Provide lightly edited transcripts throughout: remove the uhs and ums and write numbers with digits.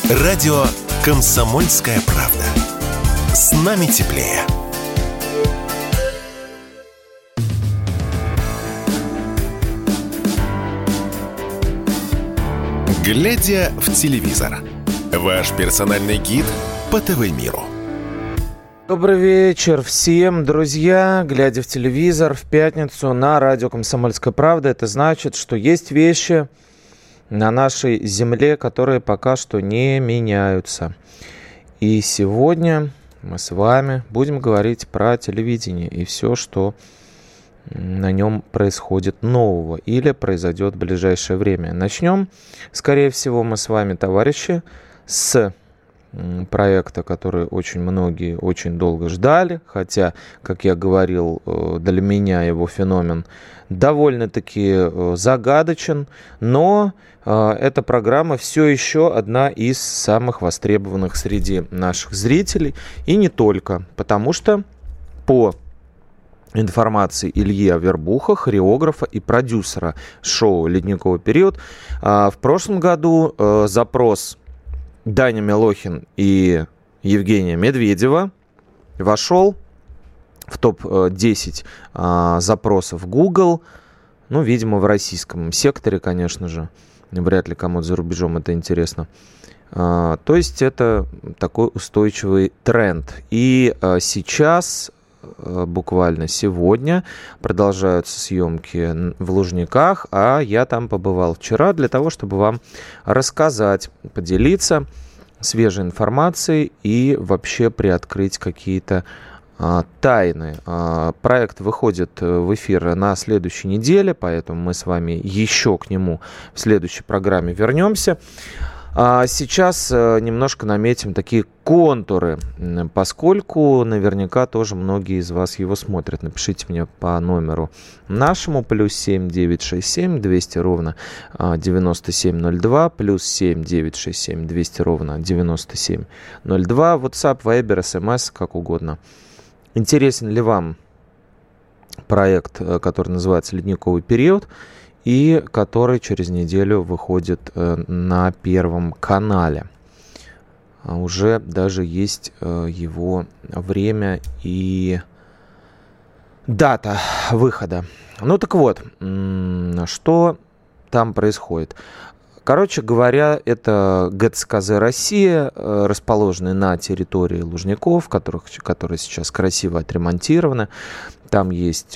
Радио «Комсомольская правда». С нами теплее. Глядя в телевизор. Ваш персональный гид по ТВ-миру. Добрый вечер всем, друзья. Глядя в телевизор в пятницу на радио «Комсомольская правда». Это значит, что есть вещи на нашей земле, которые пока что не меняются. И сегодня мы с вами будем говорить про телевидение и все, что на нем происходит нового или произойдет в ближайшее время. Начнем, скорее всего, мы с вами, товарищи, с проекта, который очень многие очень долго ждали, хотя, как я говорил, для меня его феномен довольно-таки загадочен, но эта программа все еще одна из самых востребованных среди наших зрителей, и не только, потому что по информации Ильи Авербуха, хореографа и продюсера шоу «Ледниковый период», в прошлом году запрос Даня Милохин и Евгения Медведева вошел в топ-10 запросов Google, ну, видимо, в российском секторе, конечно же. Вряд ли кому-то за рубежом это интересно. То есть это такой устойчивый тренд. И сейчас, буквально сегодня, продолжаются съемки в Лужниках, а я там побывал вчера для того, чтобы вам рассказать, поделиться свежей информацией и вообще приоткрыть какие-то тайны. Проект выходит в эфир на следующей неделе, поэтому мы с вами еще к нему в следующей программе вернемся. А сейчас немножко наметим такие контуры, поскольку наверняка тоже многие из вас его смотрят. Напишите мне по номеру нашему, +7 967 200 ровно 9702, +7 967 200 ровно 9702, WhatsApp, Viber, SMS, как угодно. Интересен ли вам проект, который называется «Ледниковый период», и который через неделю выходит на Первом канале. Уже даже есть его время и дата выхода. Ну так вот, что там происходит? Короче говоря, это ГЦКЗ «Россия», расположенный на территории Лужников, которые сейчас красиво отремонтированы. Там есть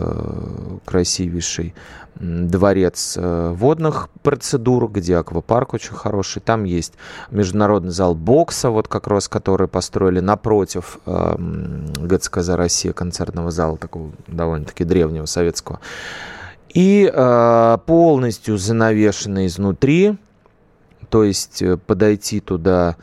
красивейший дворец водных процедур, где аквапарк очень хороший. Там есть международный зал бокса, вот как раз который построили напротив ГЦКЗ «Россия», концертного зала, такого довольно-таки древнего советского. И полностью занавешено изнутри, то есть подойти туда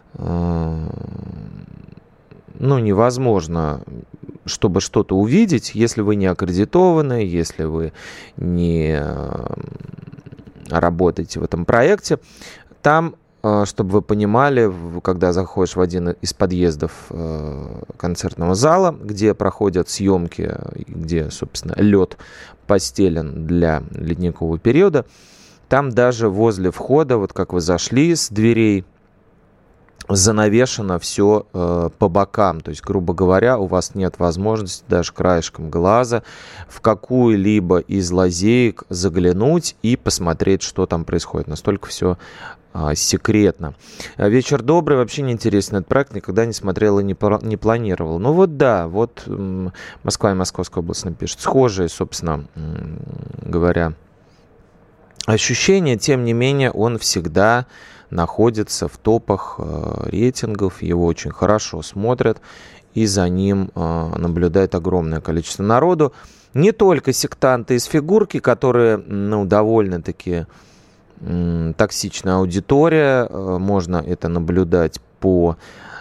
невозможно, чтобы что-то увидеть, если вы не аккредитованы, если вы не работаете в этом проекте. Там, чтобы вы понимали, когда заходишь в один из подъездов концертного зала, где проходят съемки, где, собственно, лед постелен для ледникового периода, там даже возле входа, вот как вы зашли с дверей, занавешено все по бокам. То есть, грубо говоря, у вас нет возможности даже краешком глаза в какую-либо из лазеек заглянуть и посмотреть, что там происходит. Настолько все секретно. Вечер добрый. Вообще не интересен этот проект. Никогда не смотрел и не планировал. Ну вот да, вот Москва и Московская область напишет. Схожие, собственно говоря, ощущения. Тем не менее, он всегда находится в топах рейтингов, его очень хорошо смотрят, и за ним наблюдает огромное количество народу. Не только сектанты из фигурки, которые, довольно-таки токсичная аудитория, можно это наблюдать по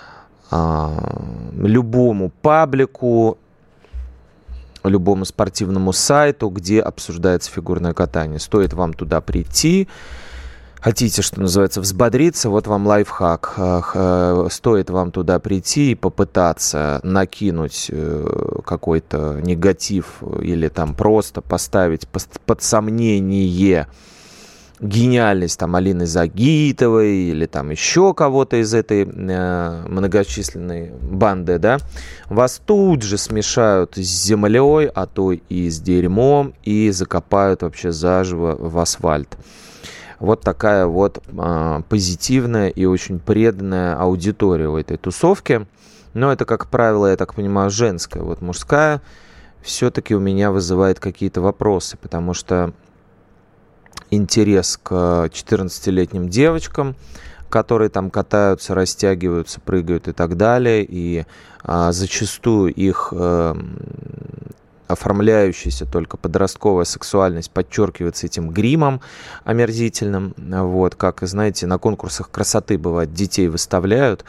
любому паблику, любому спортивному сайту, где обсуждается фигурное катание. Стоит вам туда прийти, хотите, что называется, взбодриться, вот вам лайфхак. Стоит вам туда прийти и попытаться накинуть какой-то негатив или там просто поставить под сомнение гениальность там Алины Загитовой или там еще кого-то из этой многочисленной банды, да, вас тут же смешают с землей, а то и с дерьмом, и закопают вообще заживо в асфальт. Вот такая вот позитивная и очень преданная аудитория у этой тусовки. Но это, как правило, я так понимаю, женская. Вот мужская все-таки у меня вызывает какие-то вопросы, потому что интерес к 14-летним девочкам, которые там катаются, растягиваются, прыгают и так далее, и зачастую их оформляющаяся только подростковая сексуальность подчеркивается этим гримом омерзительным. Вот, как, знаете, на конкурсах красоты бывает, детей выставляют,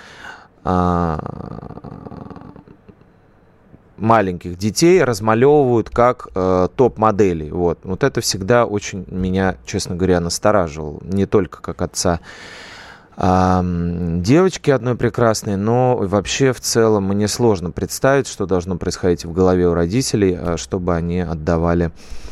маленьких детей размалевывают как топ-моделей. Вот это всегда очень меня, честно говоря, настораживало. Не только как отца девочки одной прекрасной, но вообще в целом мне сложно представить, что должно происходить в голове у родителей, чтобы они отдавали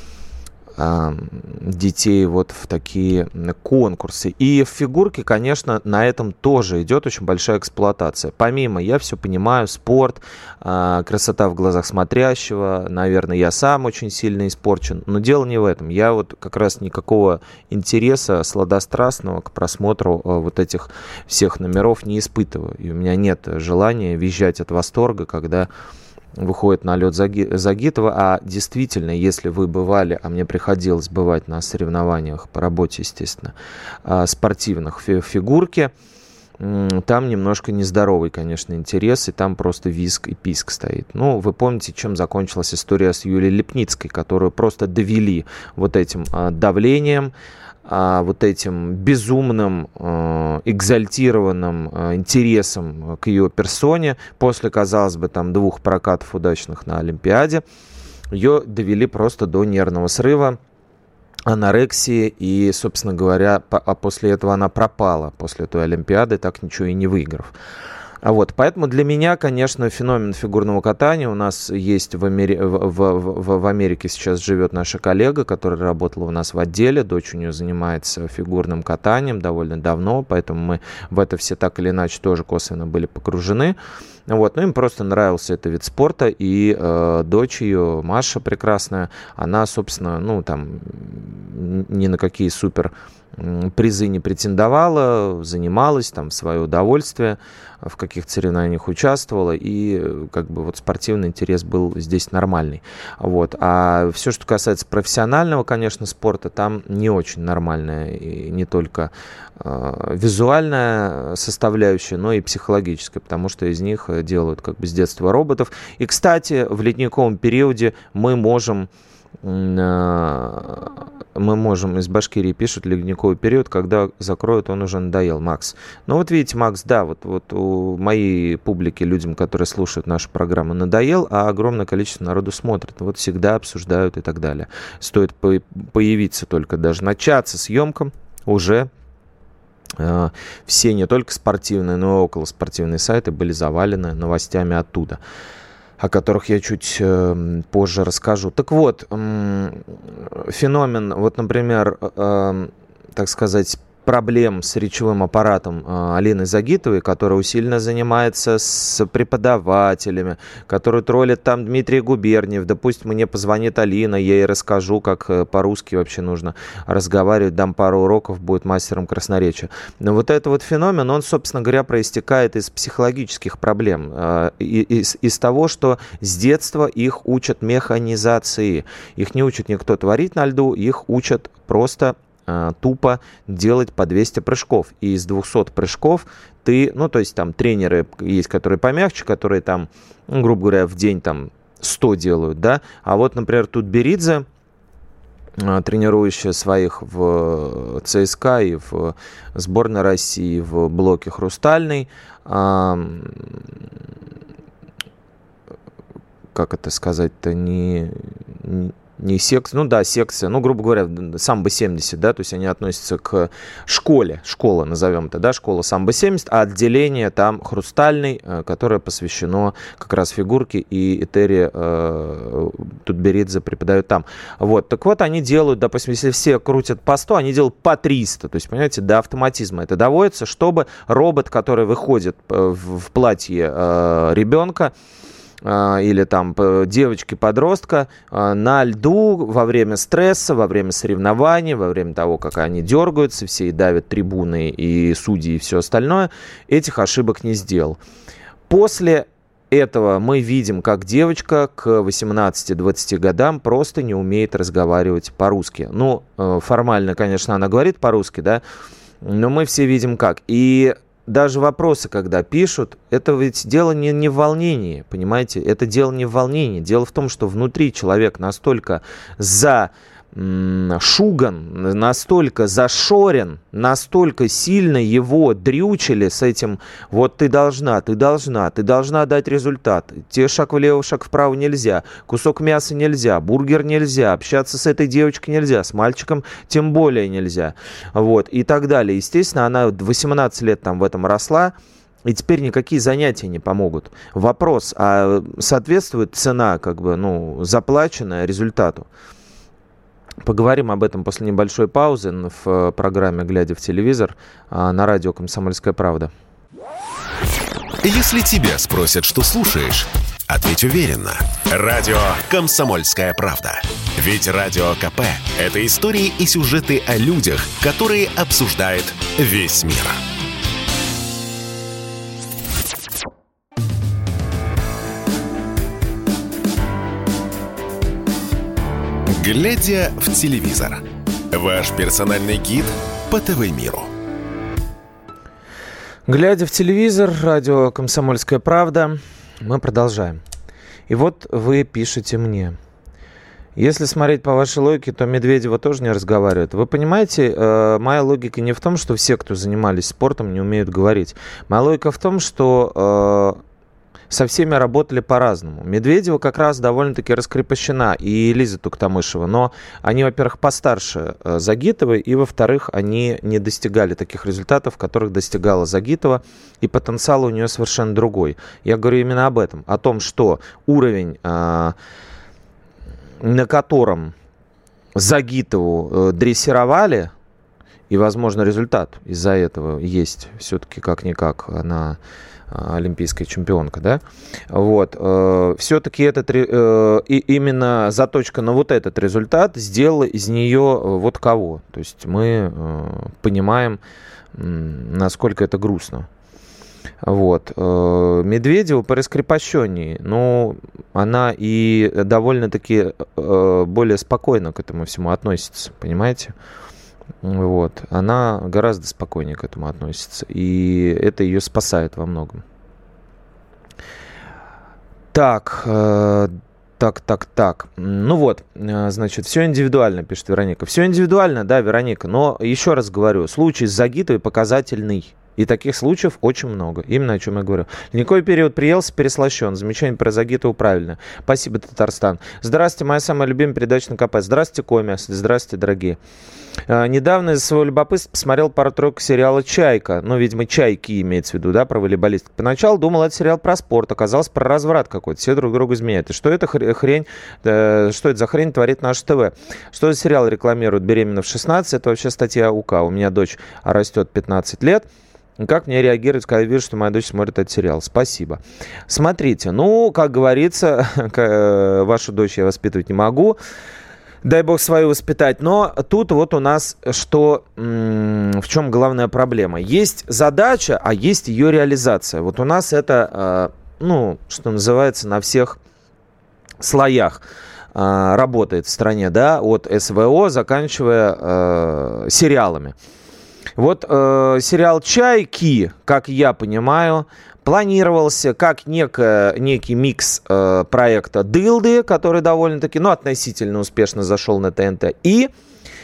детей вот в такие конкурсы. И в фигурке, конечно, на этом тоже идет очень большая эксплуатация. Помимо, я все понимаю, спорт, красота в глазах смотрящего, наверное, я сам очень сильно испорчен, но дело не в этом. Я вот как раз никакого интереса сладострастного к просмотру вот этих всех номеров не испытываю. И у меня нет желания визжать от восторга, когда выходит на лед Загитова. А действительно, если вы бывали, а мне приходилось бывать на соревнованиях по работе, естественно, спортивных в фигурке, там немножко нездоровый, конечно, интерес, и там просто визг и писк стоит. Ну, вы помните, чем закончилась история с Юлией Лепницкой, которую просто довели вот этим давлением, вот этим безумным, экзальтированным интересом к ее персоне. После, казалось бы, там 2 прокатов удачных на Олимпиаде ее довели просто до нервного срыва, анорексии, и, собственно говоря, после этого она пропала, после той Олимпиады, так ничего и не выиграв. Поэтому для меня, конечно, феномен фигурного катания. У нас есть в Америке сейчас живет наша коллега, которая работала у нас в отделе. Дочь у нее занимается фигурным катанием довольно давно, поэтому мы в это все так или иначе тоже косвенно были погружены. Но им просто нравился этот вид спорта, и дочь ее, Маша прекрасная, она, собственно, ни на какие супер призы не претендовала, занималась там в свое удовольствие, в каких-то соревнованиях участвовала, и спортивный интерес был здесь нормальный. А все, что касается профессионального, конечно, спорта, там не очень нормальная, и не только визуальная составляющая, но и психологическая, потому что из них делают с детства роботов. И, кстати, в ледниковом периоде мы можем, из Башкирии пишут, ледниковый период, когда закроют, он уже надоел, Макс. Видите, Макс, да, у моей публики, людям, которые слушают нашу программу, надоел, а огромное количество народу смотрит. Всегда обсуждают и так далее. Стоит появиться только, даже начаться съемкам, уже все не только спортивные, но и околоспортивные сайты были завалены новостями оттуда, о которых я чуть позже расскажу. Так вот, феномен, например, так сказать, проблем с речевым аппаратом Алины Загитовой, которая усиленно занимается с преподавателями, которую троллит там Дмитрий Губерниев. Да пусть мне позвонит Алина, я ей расскажу, как по-русски вообще нужно разговаривать, дам пару уроков, будет мастером красноречия. Но этот феномен, он, собственно говоря, проистекает из психологических проблем, из того, что с детства их учат механизации. Их не учат никто творить на льду, их учат просто тупо делать по 200 прыжков. И из 200 прыжков ты, то есть там тренеры есть, которые помягче, которые там, грубо говоря, в день там 100 делают, да. А например, Тутберидзе, тренирующая своих в ЦСКА и в сборной России в блоке «Хрустальный», как это сказать-то, не не секция, ну да, секция, ну, грубо говоря, самбо-70, да, то есть они относятся к школа, назовем это, да, школа самбо-70, а отделение там хрустальный, которое посвящено как раз фигурке, и Этери Тутберидзе преподают там. Вот, так вот, они делают, допустим, если все крутят по 100, они делают по 300, то есть, понимаете, до автоматизма это доводится, чтобы робот, который выходит в платье ребенка, или там девочки-подростка на льду во время стресса, во время соревнований, во время того, как они дергаются, все и давят трибуны, и судьи, и все остальное, этих ошибок не сделал. После этого мы видим, как девочка к 18-20 годам просто не умеет разговаривать по-русски. Ну, формально, конечно, она говорит по-русски, да, но мы все видим как. И даже вопросы, когда пишут, это ведь дело не в волнении, понимаете? Это дело не в волнении. Дело в том, что внутри человек настолько зашуган, настолько зашорен, настолько сильно его дрючили с этим: вот ты должна дать результат. Тебе шаг влево, шаг вправо нельзя, кусок мяса нельзя, бургер нельзя, общаться с этой девочкой нельзя, с мальчиком тем более нельзя. Вот, и так далее. Естественно, она 18 лет там в этом росла, и теперь никакие занятия не помогут. Вопрос, а соответствует цена, заплаченная результату? Поговорим об этом после небольшой паузы в программе «Глядя в телевизор» на радио «Комсомольская правда». Если тебя спросят, что слушаешь, ответь уверенно. Радио «Комсомольская правда». Ведь Радио КП – это истории и сюжеты о людях, которые обсуждает весь мир. «Глядя в телевизор» – ваш персональный гид по ТВ-миру. «Глядя в телевизор», радио «Комсомольская правда». Мы продолжаем. И вот вы пишете мне: если смотреть по вашей логике, то Медведева тоже не разговаривает. Вы понимаете, моя логика не в том, что все, кто занимались спортом, не умеют говорить. Моя логика в том, что со всеми работали по-разному. Медведева как раз довольно-таки раскрепощена, и Лиза Туктамышева, но они, во-первых, постарше Загитовой, и, во-вторых, они не достигали таких результатов, которых достигала Загитова, и потенциал у нее совершенно другой. Я говорю именно об этом, о том, что уровень, на котором Загитову дрессировали, и, возможно, результат из-за этого есть, все-таки как-никак она олимпийская чемпионка, да, вот, все-таки именно заточка на вот этот результат сделала из нее вот кого, то есть мы понимаем, насколько это грустно. Вот. Медведева пораскрепощеннее, но она и довольно-таки более спокойно к этому всему относится, понимаете? Вот. Она гораздо спокойнее к этому относится, и это ее спасает во многом. Так. Ну вот, значит, все индивидуально, пишет Вероника. Все индивидуально, да, Вероника, но еще раз говорю, случай с Загитовой показательный. И таких случаев очень много. Именно о чем я говорю. Ледниковый период приелся, переслащен. Замечание про Загитову правильно. Спасибо, Татарстан. Здравствуйте, моя самая любимая передача на КП. Здравствуйте, Коми. Здравствуйте, дорогие. Недавно из своего любопытства посмотрел пару-тройку сериала «Чайка». Ну, видимо, «Чайки» имеется в виду, да, про волейболистов. Поначалу думал, это сериал про спорт. Оказалось, про разврат какой-то. Все друг друга изменяют. И что это за хрень творит наше ТВ? Что за сериал рекламируют «Беременна в 16»? Это вообще статья УК. У меня дочь растет 15 лет. Как мне реагировать, когда вижу, что моя дочь смотрит этот сериал? Спасибо. Смотрите, ну, как говорится, вашу дочь я воспитывать не могу. Дай бог свою воспитать. Но тут вот у нас что, в чем главная проблема? Есть задача, а есть ее реализация. Вот у нас это, что называется, на всех слоях работает в стране, да, от СВО, заканчивая сериалами. Вот сериал «Чайки», как я понимаю, планировался как некий микс проекта «Дылды», который довольно-таки, относительно успешно зашел на ТНТ, и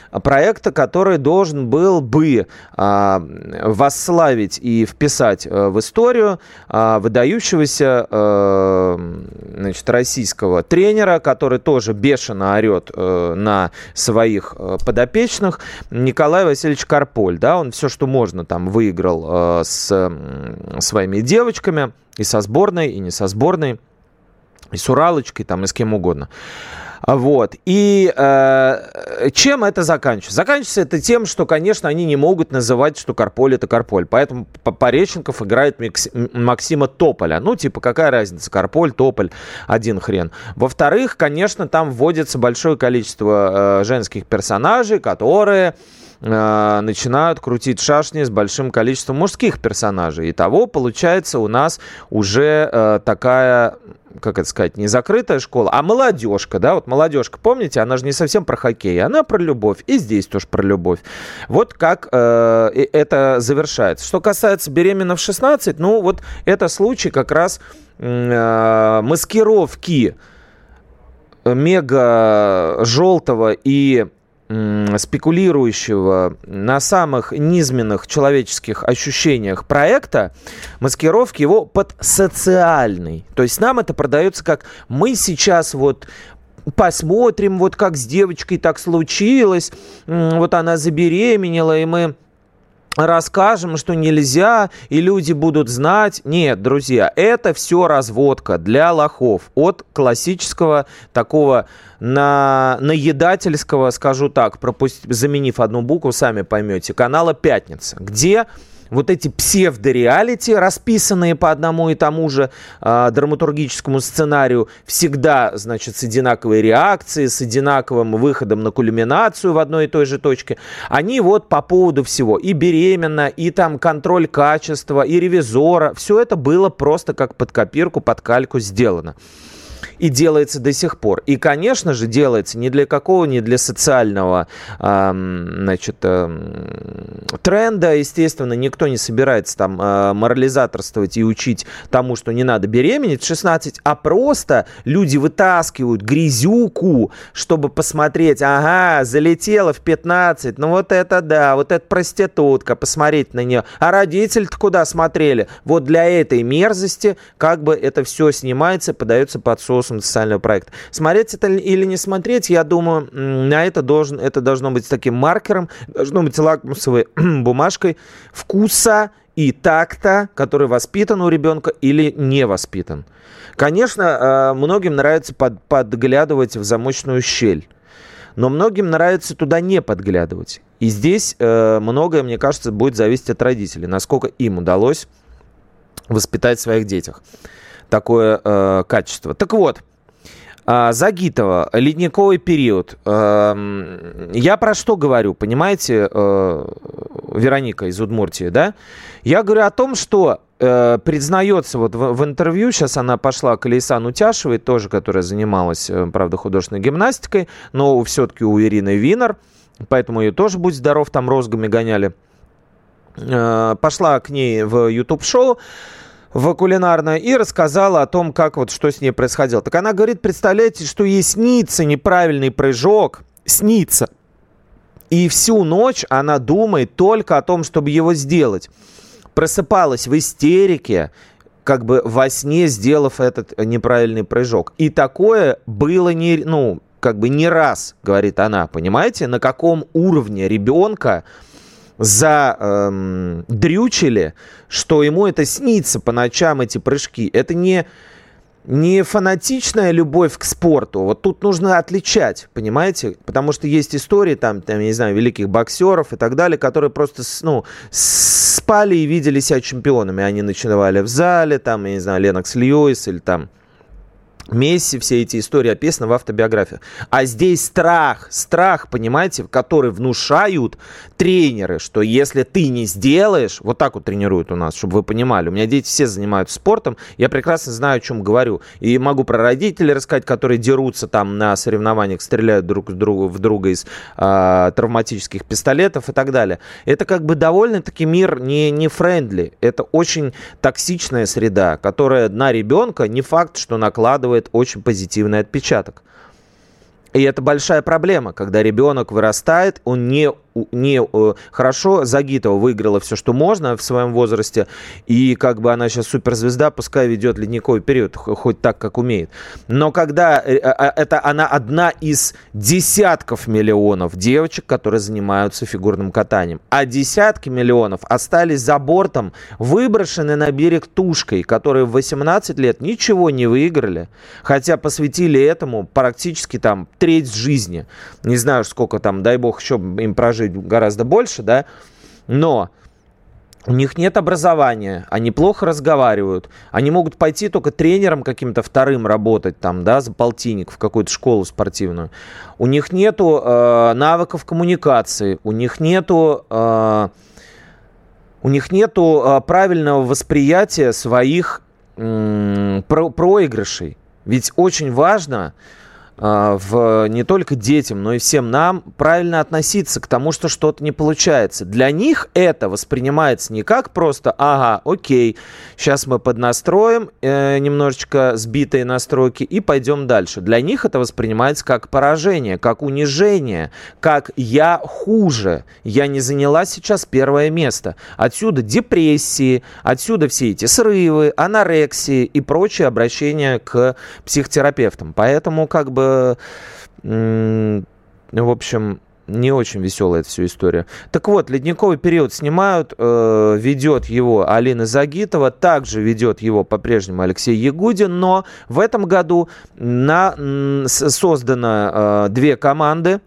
проекта, который должен был бы восславить и вписать в историю выдающегося российского тренера, который тоже бешено орет на своих подопечных, Николай Васильевич Карполь. Да, он все, что можно, там выиграл с своими девочками, и со сборной, и не со сборной, и с Уралочкой, там, и с кем угодно. Вот. И чем это заканчивается? Заканчивается это тем, что, конечно, они не могут называть, что Карполь — это Карполь. Поэтому Пореченков играет Максима Тополя. Ну, типа, какая разница? Карполь, Тополь, один хрен. Во-вторых, конечно, там вводится большое количество женских персонажей, которые начинают крутить шашни с большим количеством мужских персонажей. Итого, получается, у нас уже такая, как это сказать, не закрытая школа, а молодежка, да, вот молодежка, помните, она же не совсем про хоккей, она про любовь, и здесь тоже про любовь. Вот как это завершается. Что касается «Беременна в 16», ну, вот это случай как раз маскировки мега желтого и спекулирующего на самых низменных человеческих ощущениях проекта, маскировки его под социальный. То есть нам это продается как: мы сейчас вот посмотрим, вот как с девочкой так случилось, вот она забеременела, и мы расскажем, что нельзя, и люди будут знать. Нет, друзья, это все разводка для лохов от классического такого наедательского, скажу так, заменив одну букву, сами поймете, канала «Пятница», где вот эти псевдореалити, расписанные по одному и тому же драматургическому сценарию, всегда, значит, с одинаковой реакцией, с одинаковым выходом на кульминацию в одной и той же точке, они вот по поводу всего, и «Беременна», и там контроль качества, и «Ревизора», все это было просто как под копирку, под кальку сделано. И делается до сих пор. И, конечно же, делается не для какого, не для социального тренда. Естественно, никто не собирается там морализаторствовать и учить тому, что не надо беременеть в 16, а просто люди вытаскивают грязюку, чтобы посмотреть: ага, залетела в 15, ну вот это да, вот это проститутка, посмотреть на нее. А родители-то куда смотрели? Вот для этой мерзости как бы это все снимается, подается под соусом социального проекта. Смотреть это или не смотреть, я думаю, на это должно быть таким маркером, должно быть лакмусовой бумажкой вкуса и такта, который воспитан у ребенка или не воспитан. Конечно, многим нравится подглядывать в замочную щель, но многим нравится туда не подглядывать. И здесь многое, мне кажется, будет зависеть от родителей, насколько им удалось воспитать в своих детях такое качество. Так вот, Загитова, ледниковый период. Я про что говорю, понимаете, Вероника из Удмуртии, да? Я говорю о том, что признается вот в интервью, сейчас она пошла к Лейсан Утяшевой, тоже, которая занималась, правда, художественной гимнастикой, но все-таки у Ирины Винер, поэтому ее тоже, будь здоров, там розгами гоняли. Пошла к ней в YouTube-шоу, в кулинарное, и рассказала о том, как вот что с ней происходило. Так она говорит: представляете, что ей снится неправильный прыжок, снится. И всю ночь она думает только о том, чтобы его сделать. Просыпалась в истерике, как бы во сне сделав этот неправильный прыжок. И такое было не раз, говорит она. Понимаете, на каком уровне ребенка задрючили, что ему это снится по ночам, эти прыжки. Это не фанатичная любовь к спорту. Вот тут нужно отличать, понимаете? Потому что есть истории, там, я не знаю, великих боксеров и так далее, которые просто, спали и видели себя чемпионами. Они ночевали в зале, там, я не знаю, Ленокс Льюис или там Месси, все эти истории описаны в автобиографиях. А здесь страх, понимаете, который внушают тренеры, что если ты не сделаешь, вот так вот тренируют у нас, чтобы вы понимали. У меня дети все занимаются спортом, я прекрасно знаю, о чем говорю. И могу про родителей рассказать, которые дерутся там на соревнованиях, стреляют друг в друга из травматических пистолетов и так далее. Это как бы довольно-таки мир не френдли. Это очень токсичная среда, которая на ребенка не факт, что накладывает очень позитивный отпечаток. И это большая проблема, когда ребенок вырастает, он не хорошо. Загитова выиграла все, что можно в своем возрасте, и как бы она сейчас суперзвезда, пускай ведет ледниковый период, хоть так, как умеет. Но когда это она одна из десятков миллионов девочек, которые занимаются фигурным катанием, а десятки миллионов остались за бортом, выброшены на берег тушкой, которые в 18 лет ничего не выиграли, хотя посвятили этому практически там треть жизни. Не знаю, сколько там, дай бог, еще им прожить гораздо больше, да, но у них нет образования, они плохо разговаривают, они могут пойти только тренером каким-то вторым работать там, да, за полтинник в какую-то школу спортивную. У них нету навыков коммуникации, у них нету правильного восприятия своих проигрышей. Ведь очень важно не только детям, но и всем нам правильно относиться к тому, что что-то не получается. Для них это воспринимается не как просто, ага, окей, сейчас мы поднастроим немножечко сбитые настройки и пойдем дальше. Для них это воспринимается как поражение, как унижение, как я хуже, я не заняла сейчас первое место. Отсюда депрессии, отсюда все эти срывы, анорексии и прочие обращения к психотерапевтам. Поэтому как бы в общем, не очень веселая эта вся история. Так вот, «Ледниковый период» снимают, ведет его Алина Загитова, также ведет его по-прежнему Алексей Ягудин, но в этом году создано две команды.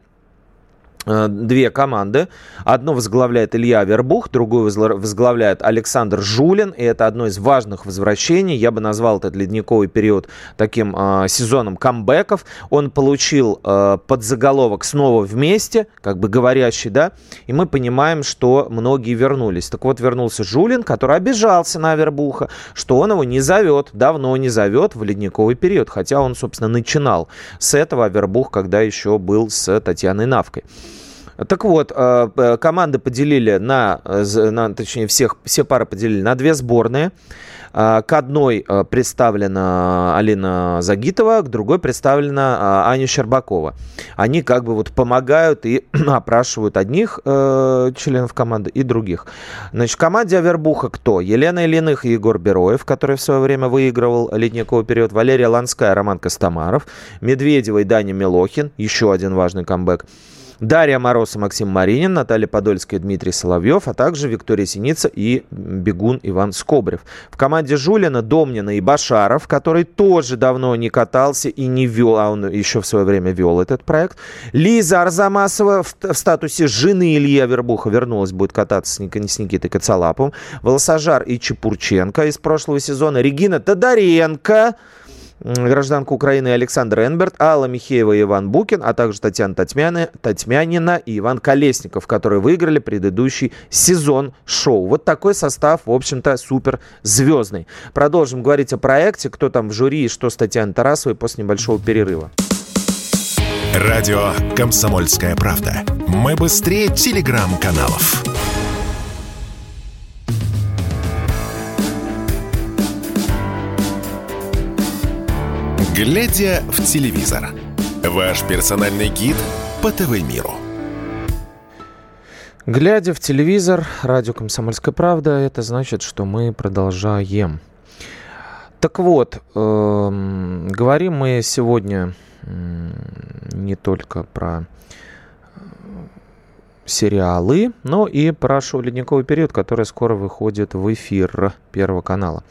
Одну возглавляет Илья Авербух, другую возглавляет Александр Жулин. И это одно из важных возвращений. Я бы назвал этот «Ледниковый период» таким сезоном камбэков. Он получил подзаголовок «Снова вместе», как бы говорящий, да. И мы понимаем, что многие вернулись. Так вот, вернулся Жулин, который обижался на Авербуха, что он его не зовет, давно не зовет в «Ледниковый период». Хотя он, собственно, начинал с этого Авербух, когда еще был с Татьяной Навкой. Так вот, команды поделили точнее, все пары поделили на две сборные. К одной представлена Алина Загитова, к другой представлена Аня Щербакова. Они как бы вот помогают и опрашивают одних членов команды и других. Значит, в команде Авербуха кто? Елена Ильиных и Егор Бероев, который в свое время выигрывал «Ледниковый период», Валерия Ланская, Роман Костомаров, Медведева и Даня Милохин, еще один важный камбэк, Дарья Мороз и Максим Маринин, Наталья Подольская и Дмитрий Соловьев, а также Виктория Синица и бегун Иван Скобрев. В команде Жулина, Домнина и Башаров, который тоже давно не катался и не вел, а он еще в свое время вел этот проект. Лиза Арзамасова в статусе жены Ильи Авербуха вернулась, будет кататься с Никитой Коцалаповым. Волосожар и Чепурченко из прошлого сезона. Регина Тодоренко, гражданка Украины, Александр Энберт, Алла Михеева и Иван Букин, а также Татьяна Татьмянина и Иван Колесников, которые выиграли предыдущий сезон шоу. Вот такой состав, в общем-то, суперзвездный. Продолжим говорить о проекте, кто там в жюри и что с Татьяной Тарасовой после небольшого перерыва. Радио «Комсомольская правда». Мы быстрее телеграм-каналов. Глядя в телевизор. Ваш персональный гид по ТВ-миру. Глядя в телевизор, радио «Комсомольская правда», это значит, что мы продолжаем. Так вот, говорим мы сегодня не только про сериалы, но и про шоу «Ледниковый период», которое скоро выходит в эфир Первого канала.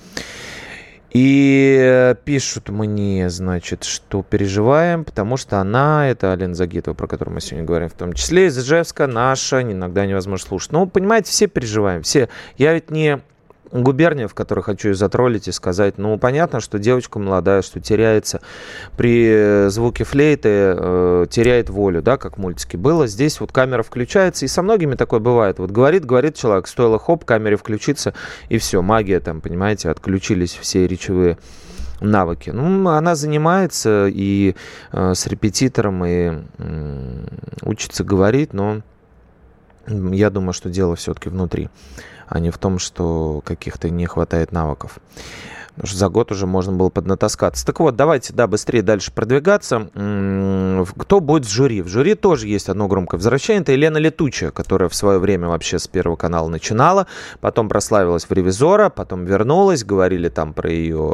И пишут мне, значит, что переживаем, потому что она, это Алина Загитова, про которую мы сегодня говорим, в том числе из Ижевска, наша, иногда невозможно слушать. Ну, понимаете, все переживаем, все. Я ведь не губерния, в которой хочу ее затроллить и сказать, ну, понятно, что девочка молодая, что теряется при звуке флейты, теряет волю, да, как в мультике было. Здесь вот камера включается, и со многими такое бывает. Вот говорит человек, стоило хоп, камере включиться, и все, магия там, понимаете, отключились все речевые навыки. Ну, она занимается и с репетитором, и учится говорить, но Я думаю, что дело все-таки внутри, а не в том, что каких-то не хватает навыков. Потому что за год уже можно было поднатаскаться. Так вот, давайте, быстрее дальше продвигаться. Кто будет в жюри? В жюри тоже есть одно громкое возвращение. Это Елена Летучая, которая в свое время вообще с Первого канала начинала, потом прославилась в «Ревизора», потом вернулась, говорили там про ее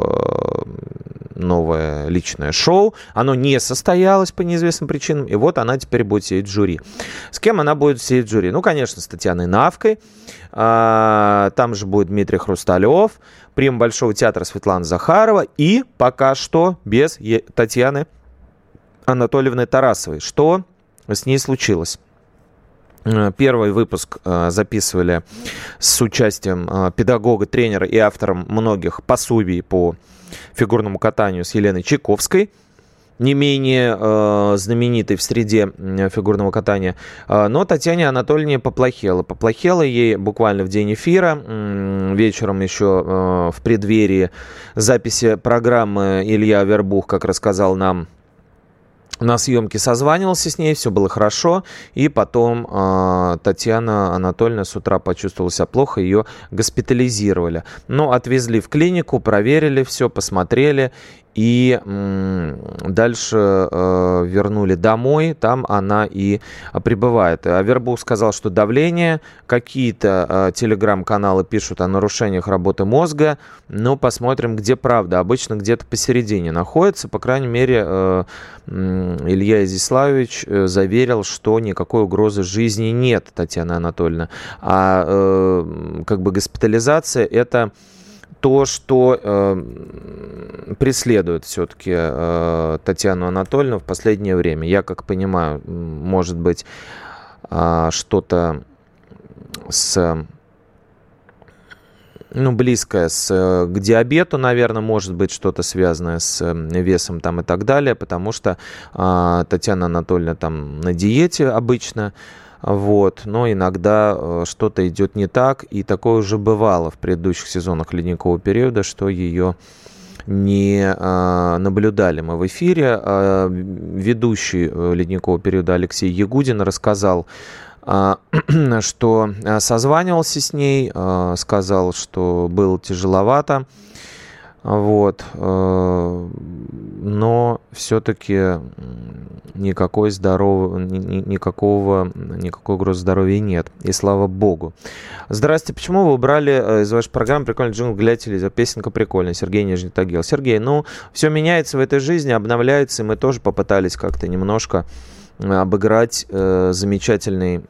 новое личное шоу. Оно не состоялось по неизвестным причинам, и вот она теперь будет сидеть в жюри. С кем она будет сидеть в жюри? Ну, конечно, с Татьяной Навкой. Там же будет Дмитрий Хрусталев, прима Большого театра Светлана Захарова и пока что без Татьяны Анатольевны Тарасовой. Что с ней случилось? Первый выпуск записывали с участием педагога, тренера и автором многих пособий по фигурному катанию с Еленой Чайковской, не менее знаменитой в среде фигурного катания. Но Татьяне Анатольевне поплохело. Поплохело ей буквально в день эфира. Вечером еще в преддверии записи программы Илья Авербух, как рассказал нам, на съемке созванивался с ней, все было хорошо, и потом Татьяна Анатольевна с утра почувствовала себя плохо, ее госпитализировали. Но отвезли в клинику, проверили все, посмотрели, и дальше вернули домой, там она и пребывает. Авербух сказал, что давление, какие-то телеграм-каналы пишут о нарушениях работы мозга, но посмотрим, где правда. Обычно где-то посередине находится, по крайней мере, Илья Изяславович заверил, что никакой угрозы жизни нет, Татьяна Анатольевна. А как бы госпитализация – это то, что преследует все-таки Татьяну Анатольевну в последнее время. Я как понимаю, может быть, что-то близкое к диабету, наверное, может быть что-то связанное с весом там и так далее, потому что Татьяна Анатольевна там на диете обычно, вот, но иногда что-то идет не так, и такое уже бывало в предыдущих сезонах «Ледникового периода», что ее не наблюдали мы в эфире. Ведущий «Ледникового периода» Алексей Ягудин рассказал, что созванивался с ней, сказал, что было тяжеловато, вот, но все-таки никакой угрозы здоровья нет, и слава богу. Здравствуйте, почему вы убрали из вашей программы прикольный джингл для телевизора? Песенка прикольная, Сергей Нижний Тагил. Сергей, все меняется в этой жизни, обновляется, и мы тоже попытались как-то немножко обыграть замечательный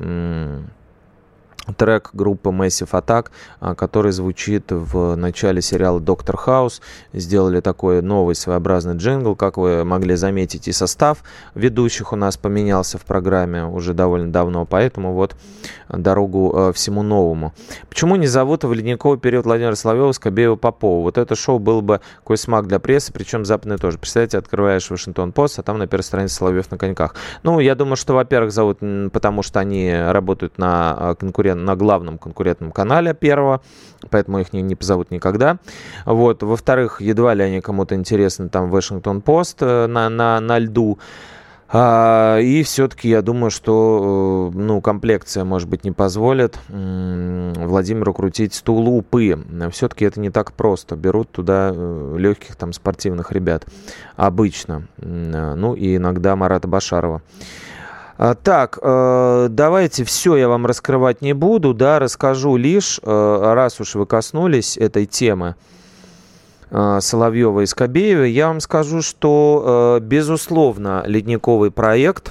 трек группы Massive Attack, который звучит в начале сериала «Доктор Хаус». Сделали такой новый своеобразный джингл. Как вы могли заметить, и состав ведущих у нас поменялся в программе уже довольно давно, поэтому вот дорогу всему новому. Почему не зовут в «Ледниковый период» Владимира Соловьева, Скобеева, Попова? Вот это шоу было бы какой смак для прессы, причем западный тоже. Представляете, открываешь Вашингтон-Пост, а там на первой странице Соловьев на коньках. Я думаю, что, во-первых, зовут, потому что они работают на главном конкурентном канале Первого, поэтому их не позовут никогда. Вот. Во-вторых, едва ли они кому-то интересны там Вашингтон-Пост на льду. И все-таки я думаю, что комплекция, может быть, не позволит Владимиру крутить стулупы. Все-таки это не так просто. Берут туда легких там спортивных ребят обычно. И иногда Марата Башарова. Так, давайте все я вам раскрывать не буду, расскажу лишь, раз уж вы коснулись этой темы Соловьева и Скобеева, я вам скажу, что, безусловно, ледовый проект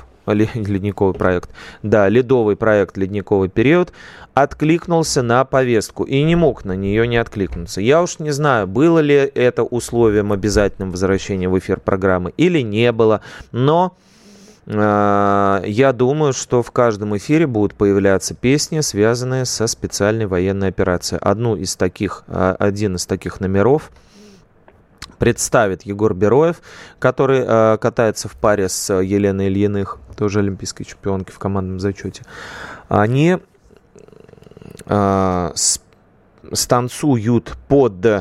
«Ледниковый период» откликнулся на повестку и не мог на нее не откликнуться. Я уж не знаю, было ли это условием обязательным возвращения в эфир программы или не было, но я думаю, что в каждом эфире будут появляться песни, связанные со специальной военной операцией. Один из таких номеров представит Егор Бероев, который катается в паре с Еленой Ильиных, тоже олимпийской чемпионкой в командном зачете. Они станцуют под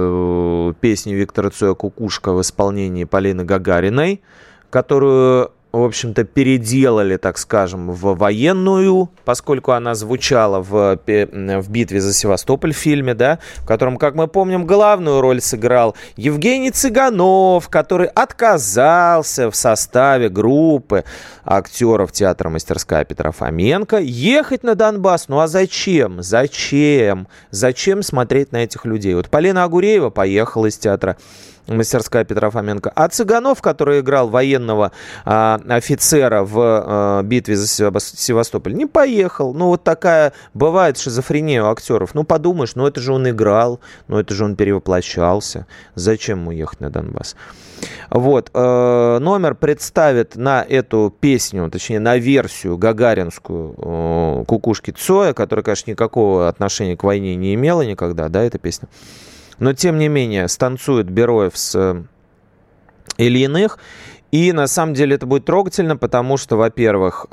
кавер-версию песни Виктора Цоя «Кукушка» в исполнении Полины Гагариной, которую в общем-то, переделали, так скажем, в военную, поскольку она звучала в «Битве за Севастополь» фильме, да, в котором, как мы помним, главную роль сыграл Евгений Цыганов, который отказался в составе группы актеров театра «Мастерская» Петра Фоменко ехать на Донбасс. Ну а зачем? Зачем смотреть на этих людей? Вот Полина Агуреева поехала из театра «Мастерская» Петра Фоменко. А Цыганов, который играл военного офицера в «Битве за Севастополь», не поехал. Ну, вот такая бывает шизофрения у актеров. Ну, подумаешь, ну это же он играл, ну это же он перевоплощался. Зачем ему ехать на Донбасс? Вот. Номер представит на эту песню, точнее, на версию гагаринскую «Кукушки Цоя», которая, конечно, никакого отношения к войне не имела никогда, да, эта песня. Но, тем не менее, станцует Бероев с Ильиных. И, на самом деле, это будет трогательно, потому что, во-первых,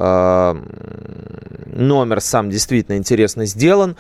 номер сам действительно интересно сделан.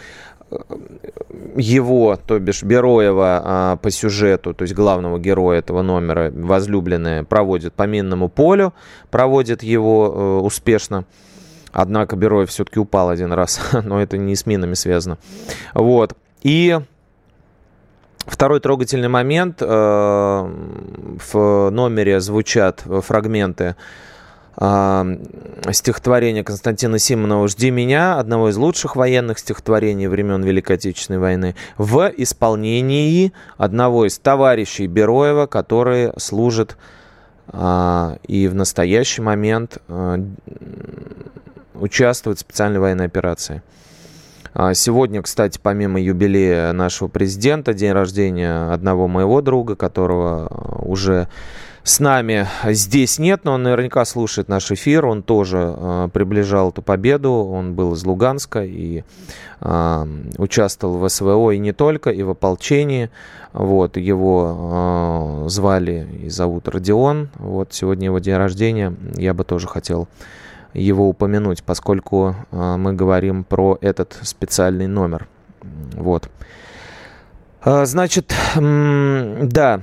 Его, то бишь Бероева, по сюжету, то есть главного героя этого номера, возлюбленная, проводит по минному полю, проводит его успешно. Однако Бероев все-таки упал один раз, но это не с минами связано. Вот. И второй трогательный момент. В номере звучат фрагменты стихотворения Константина Симонова «Жди меня», одного из лучших военных стихотворений времен Великой Отечественной войны, в исполнении одного из товарищей Бероева, который служит и в настоящий момент участвует в специальной военной операции. Сегодня, кстати, помимо юбилея нашего президента, день рождения одного моего друга, которого уже с нами здесь нет, но он наверняка слушает наш эфир. Он тоже приближал эту победу. Он был из Луганска и участвовал в СВО и не только, и в ополчении. Вот, его звали и зовут Родион. Вот, сегодня его день рождения. Я бы тоже хотел его упомянуть, поскольку мы говорим про этот специальный номер. Вот. Значит, да,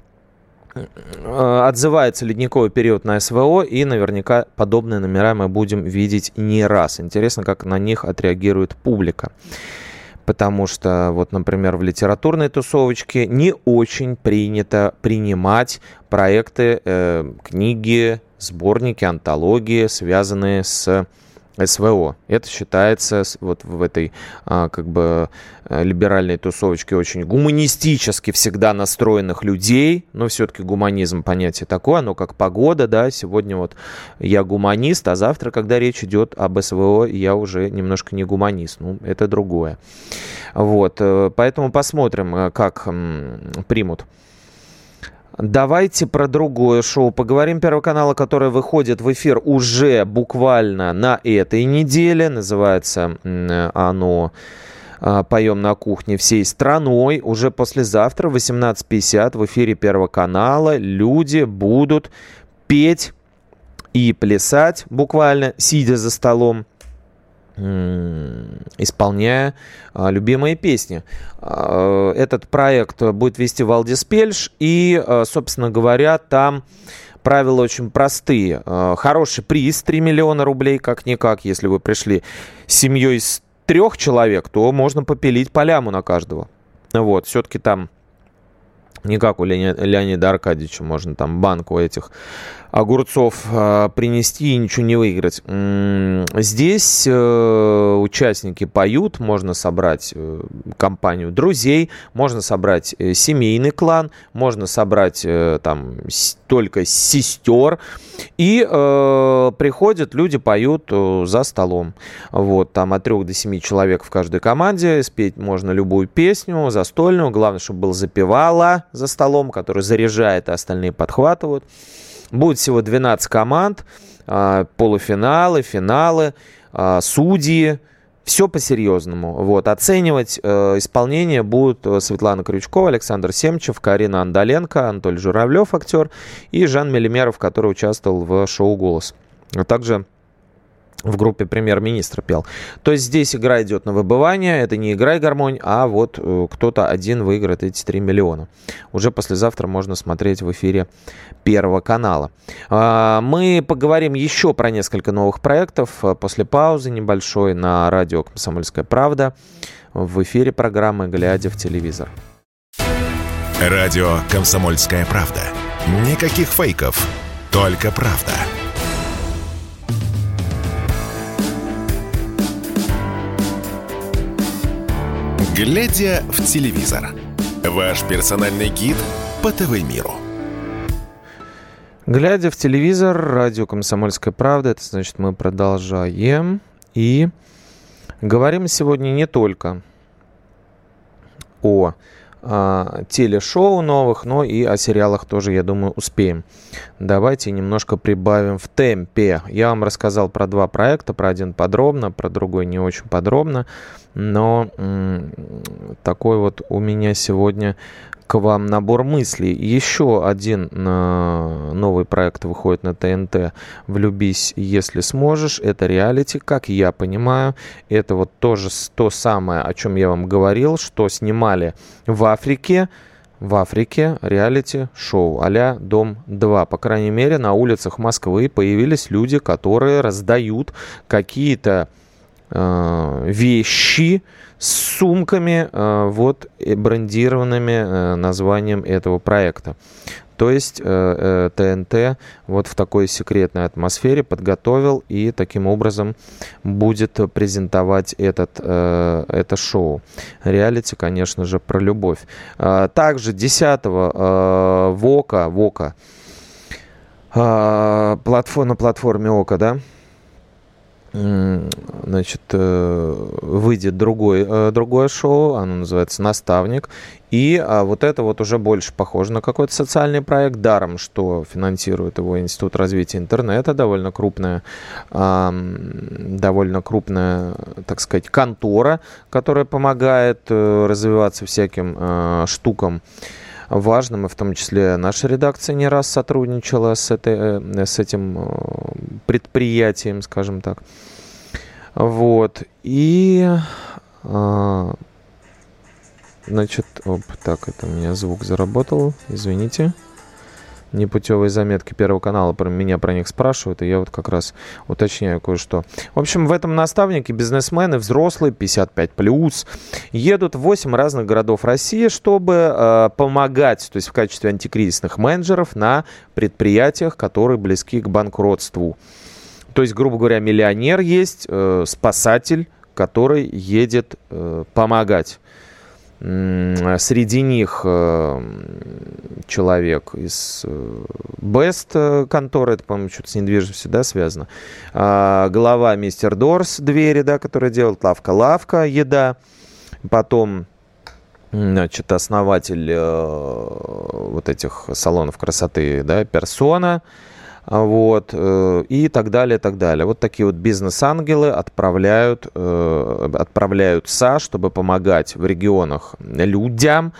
отзывается ледниковый период на СВО, и наверняка подобные номера мы будем видеть не раз. Интересно, как на них отреагирует публика. Потому что, вот, например, в литературной тусовочке не очень принято принимать проекты, книги, сборники, антологии, связанные с СВО. Это считается вот в этой как бы либеральной тусовочке очень гуманистически всегда настроенных людей. Но все-таки гуманизм понятие такое, оно как погода, да. Сегодня вот я гуманист, а завтра, когда речь идет об СВО, я уже немножко не гуманист. Ну, это другое. Вот. Поэтому посмотрим, как примут. Давайте про другое шоу поговорим. Первого канала, которое выходит в эфир уже буквально на этой неделе. Называется оно «Поем на кухне всей страной». Уже послезавтра в 18:50 в эфире Первого канала люди будут петь и плясать, буквально сидя за столом, исполняя любимые песни. Этот проект будет вести Валдис Пельш, и, собственно говоря, там правила очень простые. Хороший приз, 3 миллиона рублей, как-никак. Если вы пришли с семьей из 3 человек, то можно попилить по ляму на каждого. Вот, все-таки там не как у Леонида Аркадьевича, можно там банку этих огурцов принести и ничего не выиграть. Здесь участники поют, можно собрать компанию друзей, можно собрать семейный клан, можно собрать там только сестер. И приходят люди, поют за столом. Вот, там от 3 до 7 человек в каждой команде. Спеть можно любую песню, застольную. Главное, чтобы был запевала за столом, который заряжает, а остальные подхватывают. Будет всего 12 команд, полуфиналы, финалы, судьи. Все по-серьезному. Вот. Оценивать исполнение будут Светлана Крючкова, Александр Семчев, Карина Андаленко, Анатолий Журавлев, актер, и Жан Мелимеров, который участвовал в шоу «Голос». А также в группе премьер-министра пел. То есть здесь игра идет на выбывание, это не играй гармонь, а вот кто-то один выиграет эти 3 миллиона. Уже послезавтра можно смотреть в эфире Первого канала. Мы поговорим еще про несколько новых проектов после паузы небольшой на радио «Комсомольская правда» в эфире программы «Глядя в телевизор». Радио «Комсомольская правда». Никаких фейков, только правда. «Глядя в телевизор» – ваш персональный гид по ТВ-миру. Глядя в телевизор, радио «Комсомольская правда», это значит, мы продолжаем. И говорим сегодня не только о телешоу новых, но и о сериалах тоже, я думаю, успеем. Давайте немножко прибавим в темпе. Я вам рассказал про 2 проекта, про один подробно, про другой не очень подробно, но такой вот у меня сегодня к вам набор мыслей. Еще один новый проект выходит на ТНТ «Влюбись, если сможешь». Это реалити, как я понимаю. Это вот тоже то самое, о чем я вам говорил, что снимали в Африке. В Африке реалити-шоу а-ля «Дом-2». По крайней мере, на улицах Москвы появились люди, которые раздают какие-то вещи с сумками, вот, брендированными названием этого проекта. То есть ТНТ вот в такой секретной атмосфере подготовил и таким образом будет презентовать это шоу. Реалити, конечно же, про любовь. Также 10-го ВОКа, на платформе ОКО, да, значит, выйдет другое шоу, оно называется «Наставник». И вот это вот уже больше похоже на какой-то социальный проект, даром, что финансирует его Институт развития интернета, довольно крупная, так сказать, контора, которая помогает развиваться всяким штукам важным, и в том числе наша редакция не раз сотрудничала с этим предприятием, скажем так. Вот. И, значит, так, это у меня звук заработал, извините. Непутевые заметки Первого канала меня про них спрашивают, и я вот как раз уточняю кое-что. В общем, в этом наставнике бизнесмены, взрослые, 55+, едут в 8 разных городов России, чтобы помогать, то есть в качестве антикризисных менеджеров на предприятиях, которые близки к банкротству. То есть, грубо говоря, миллионер есть, спасатель, который едет помогать. Среди них человек из Best конторы, это, по-моему, что-то с недвижимостью, да, связано. Глава Мистер Дорс, двери, да, который делает Лавка, еда. Потом, значит, основатель вот этих салонов красоты, да, Персона. Вот, и так далее, так далее. Вот такие вот бизнес-ангелы отправляются, чтобы помогать в регионах людям,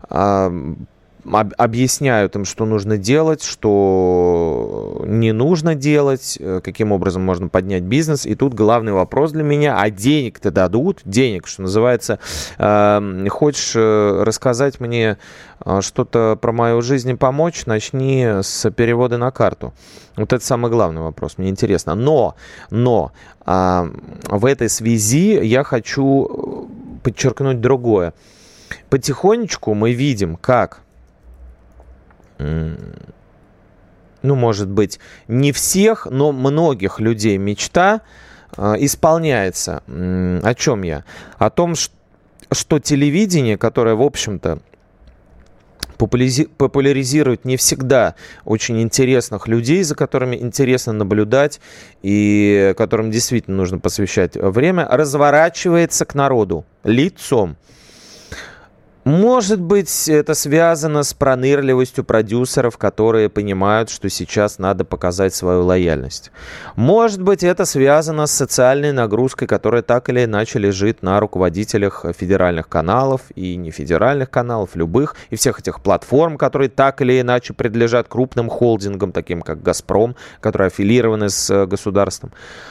объясняют им, что нужно делать, что не нужно делать, каким образом можно поднять бизнес. И тут главный вопрос для меня: а денег-то дадут? Денег, что называется. Хочешь рассказать мне что-то про мою жизнь и помочь? Начни с перевода на карту. Вот это самый главный вопрос, мне интересно. Но в этой связи я хочу подчеркнуть другое. Потихонечку мы видим, как, ну, может быть, не всех, но многих людей мечта исполняется. О чем я? О том, что телевидение, которое, в общем-то, популяризирует не всегда очень интересных людей, за которыми интересно наблюдать и которым действительно нужно посвящать время, разворачивается к народу лицом. Может быть, это связано с пронырливостью продюсеров, которые понимают, что сейчас надо показать свою лояльность. Может быть, это связано с социальной нагрузкой, которая так или иначе лежит на руководителях федеральных каналов и нефедеральных каналов, любых, и всех этих платформ, которые так или иначе принадлежат крупным холдингам, таким как «Газпром», которые аффилированы с государством.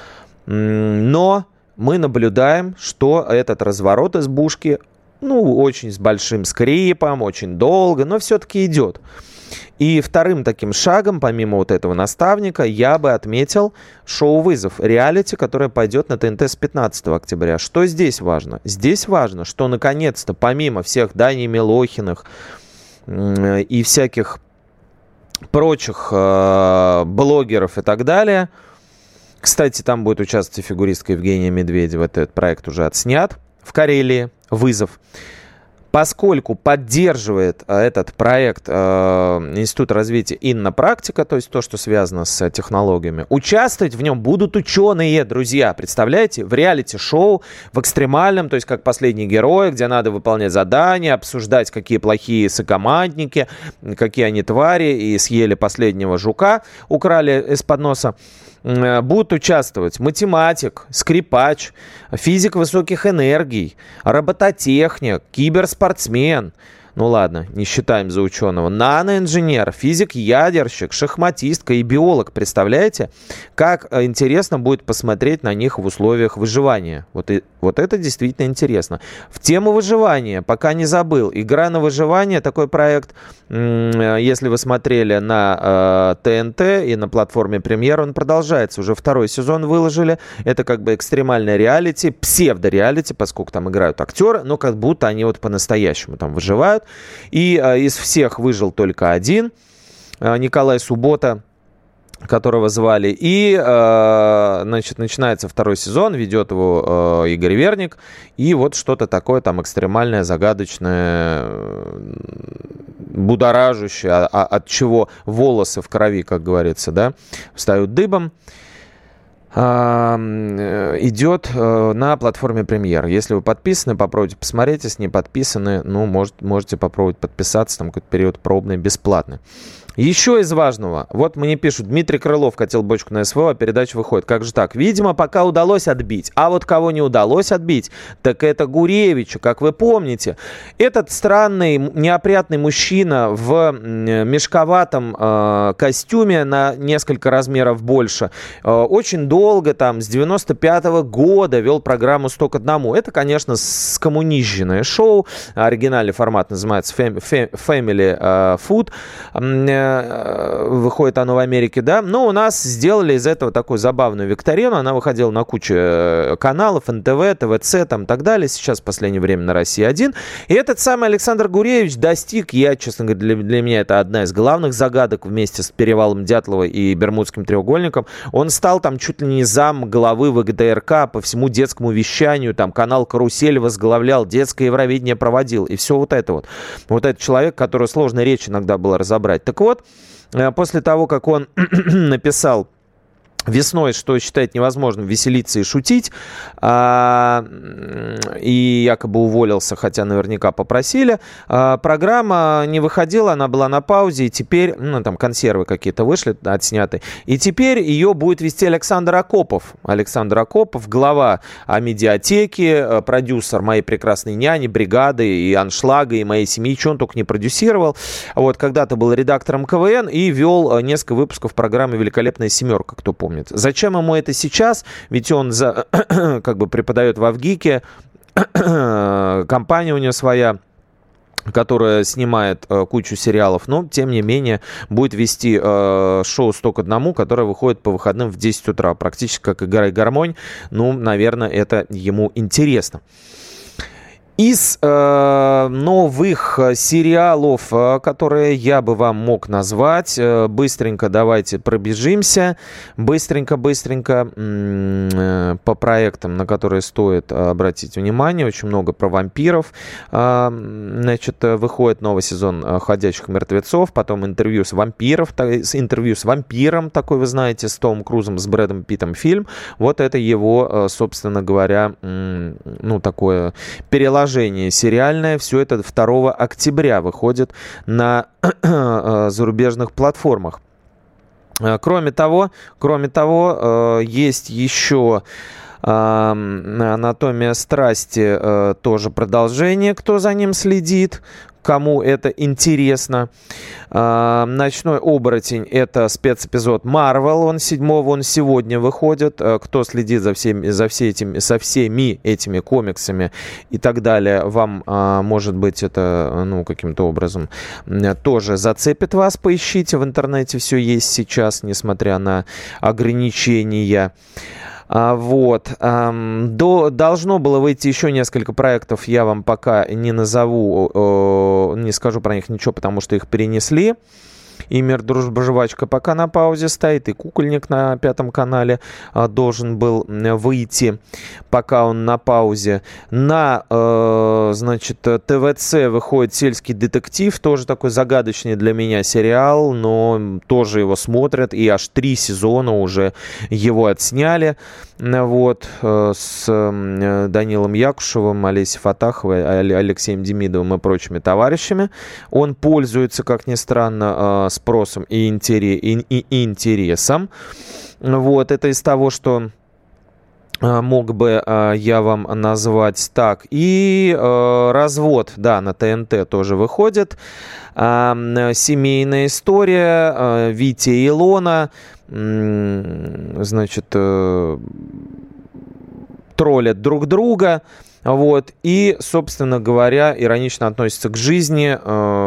Но мы наблюдаем, что этот разворот избушки, очень с большим скрипом, очень долго, но все-таки идет. И вторым таким шагом, помимо вот этого наставника, я бы отметил шоу «Вызов», реалити, которое пойдет на ТНТ с 15 октября. Что здесь важно? Здесь важно, что наконец-то, помимо всех Дани Милохиных и всяких прочих блогеров и так далее, кстати, там будет участвовать фигуристка Евгения Медведева, этот проект уже отснят в Карелии, «Вызов». Поскольку поддерживает этот проект Институт развития иннопрактика, то есть то, что связано с технологиями, участвовать в нем будут ученые, друзья. Представляете? В реалити-шоу, в экстремальном, то есть как «Последний герой», где надо выполнять задания, обсуждать, какие плохие сокомандники, какие они твари, и съели последнего жука, украли из-под носа. Будут участвовать математик, скрипач, физик высоких энергий, робототехник, киберспортсмен. Ну ладно, не считаем за ученого. Наноинженер, физик-ядерщик, шахматистка и биолог. Представляете, как интересно будет посмотреть на них в условиях выживания. Вот это действительно интересно. В тему выживания, пока не забыл. «Игра на выживание», такой проект, если вы смотрели на ТНТ и на платформе «Премьер», он продолжается. Уже второй сезон выложили. Это как бы экстремальное реалити, псевдо-реалити, поскольку там играют актеры, но как будто они вот по-настоящему там выживают. И из всех выжил только один, Николай Суббота, которого звали. И, начинается второй сезон, ведет его Игорь Верник. И вот что-то такое там экстремальное, загадочное, будоражащее, от чего волосы в крови, как говорится, да, встают дыбом. Идет на платформе «Премьер». Если вы подписаны, попробуйте посмотреть. Если не подписаны, можете попробовать подписаться. Там какой-то период пробный, бесплатный. Еще из важного. Вот мне пишут: Дмитрий Крылов катил бочку на СВО, а передача выходит. Как же так? Видимо, пока удалось отбить. А вот кого не удалось отбить, так это Гуревича, как вы помните. Этот странный, неопрятный мужчина в мешковатом костюме на несколько размеров больше очень долго, там, с 95-го года вел программу «100 к 1». Это, конечно, скоммунизженное шоу. Оригинальный формат называется Family Food. Выходит оно в Америке, да. Но у нас сделали из этого такую забавную викторину. Она выходила на кучу каналов, НТВ, ТВЦ, там и так далее. Сейчас в последнее время на России-1. И этот самый Александр Гуревич достиг, честно говоря, для меня это одна из главных загадок вместе с Перевалом Дятлова и Бермудским треугольником. Он стал там чуть ли не зам главы ВГТРК по всему детскому вещанию. Там канал «Карусель» возглавлял, детское Евровидение проводил. И все вот это вот. Вот этот человек, который сложно речь иногда было разобрать. Так вот, после того, как он написал весной, что считает невозможным веселиться и шутить, и якобы уволился, хотя наверняка попросили, программа не выходила, она была на паузе, и теперь, там консервы какие-то вышли, отсняты, и теперь ее будет вести Александр Акопов. Александр Акопов, глава медиатеки, продюсер «Моей прекрасной няни», «Бригады» и «Аншлага», и «Моей семьи», что он только не продюсировал. Вот, когда-то был редактором КВН и вел несколько выпусков программы «Великолепная семерка», кто помнит. Зачем ему это сейчас? Ведь он как бы преподает в Авгике, компания у него своя, которая снимает кучу сериалов, но, тем не менее, будет вести шоу «100 к 1», которое выходит по выходным в 10 утра, практически как «Игра и гармонь». Наверное, это ему интересно. Из новых сериалов, которые я бы вам мог назвать, быстренько давайте пробежимся. Быстренько по проектам, на которые стоит обратить внимание. Очень много про вампиров. Выходит новый сезон «Ходячих мертвецов», потом интервью с вампиром, такой, вы знаете, с Томом Крузом, с Брэдом Питтом фильм. Вот это его, собственно говоря, такое переложение сериальное. Все это 2 октября выходит на зарубежных платформах. Кроме того, есть еще «Анатомия страсти» тоже продолжение, кто за ним следит, кому это интересно. «Ночной оборотень» — это спецэпизод Marvel, он 7-го, он сегодня выходит. Кто следит со всеми этими комиксами и так далее, вам, может быть, это, каким-то образом тоже зацепит вас. Поищите, в интернете все есть сейчас, несмотря на ограничения. Должно было выйти еще несколько проектов, я вам пока не назову, не скажу про них ничего, потому что их перенесли. И «Мир, дружба, жвачка» пока на паузе стоит, и «Кукольник» на 5 канале должен был выйти, пока он на паузе. На, ТВЦ выходит «Сельский детектив», тоже такой загадочный для меня сериал, но тоже его смотрят, и аж 3 сезона уже его отсняли. С Данилом Якушевым, Олесей Фатаховой, Алексеем Демидовым и прочими товарищами. Он пользуется, как ни странно, спросом и интересом. Это из того, что мог бы я вам назвать так. И «Развод», да, на ТНТ тоже выходит. Семейная история, Витя и Илона, троллят друг друга. И, собственно говоря, иронично относятся к жизни,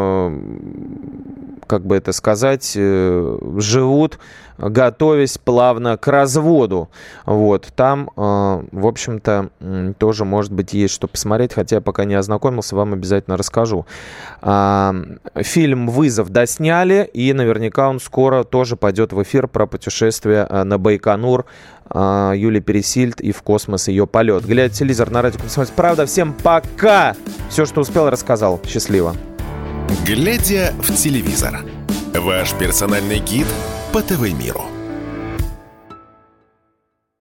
живут, готовясь плавно к разводу. Там, в общем-то, тоже, может быть, есть что посмотреть, хотя я пока не ознакомился, вам обязательно расскажу. Фильм «Вызов» досняли, и наверняка он скоро тоже пойдет в эфир, про путешествие на Байконур Юлии Пересильд и в космос ее полет. Глядя телевизор на радио «Комсомольская правда». Всем пока! Все, что успел, рассказал. Счастливо. «Глядя в телевизор» — ваш персональный гид по ТВ-миру.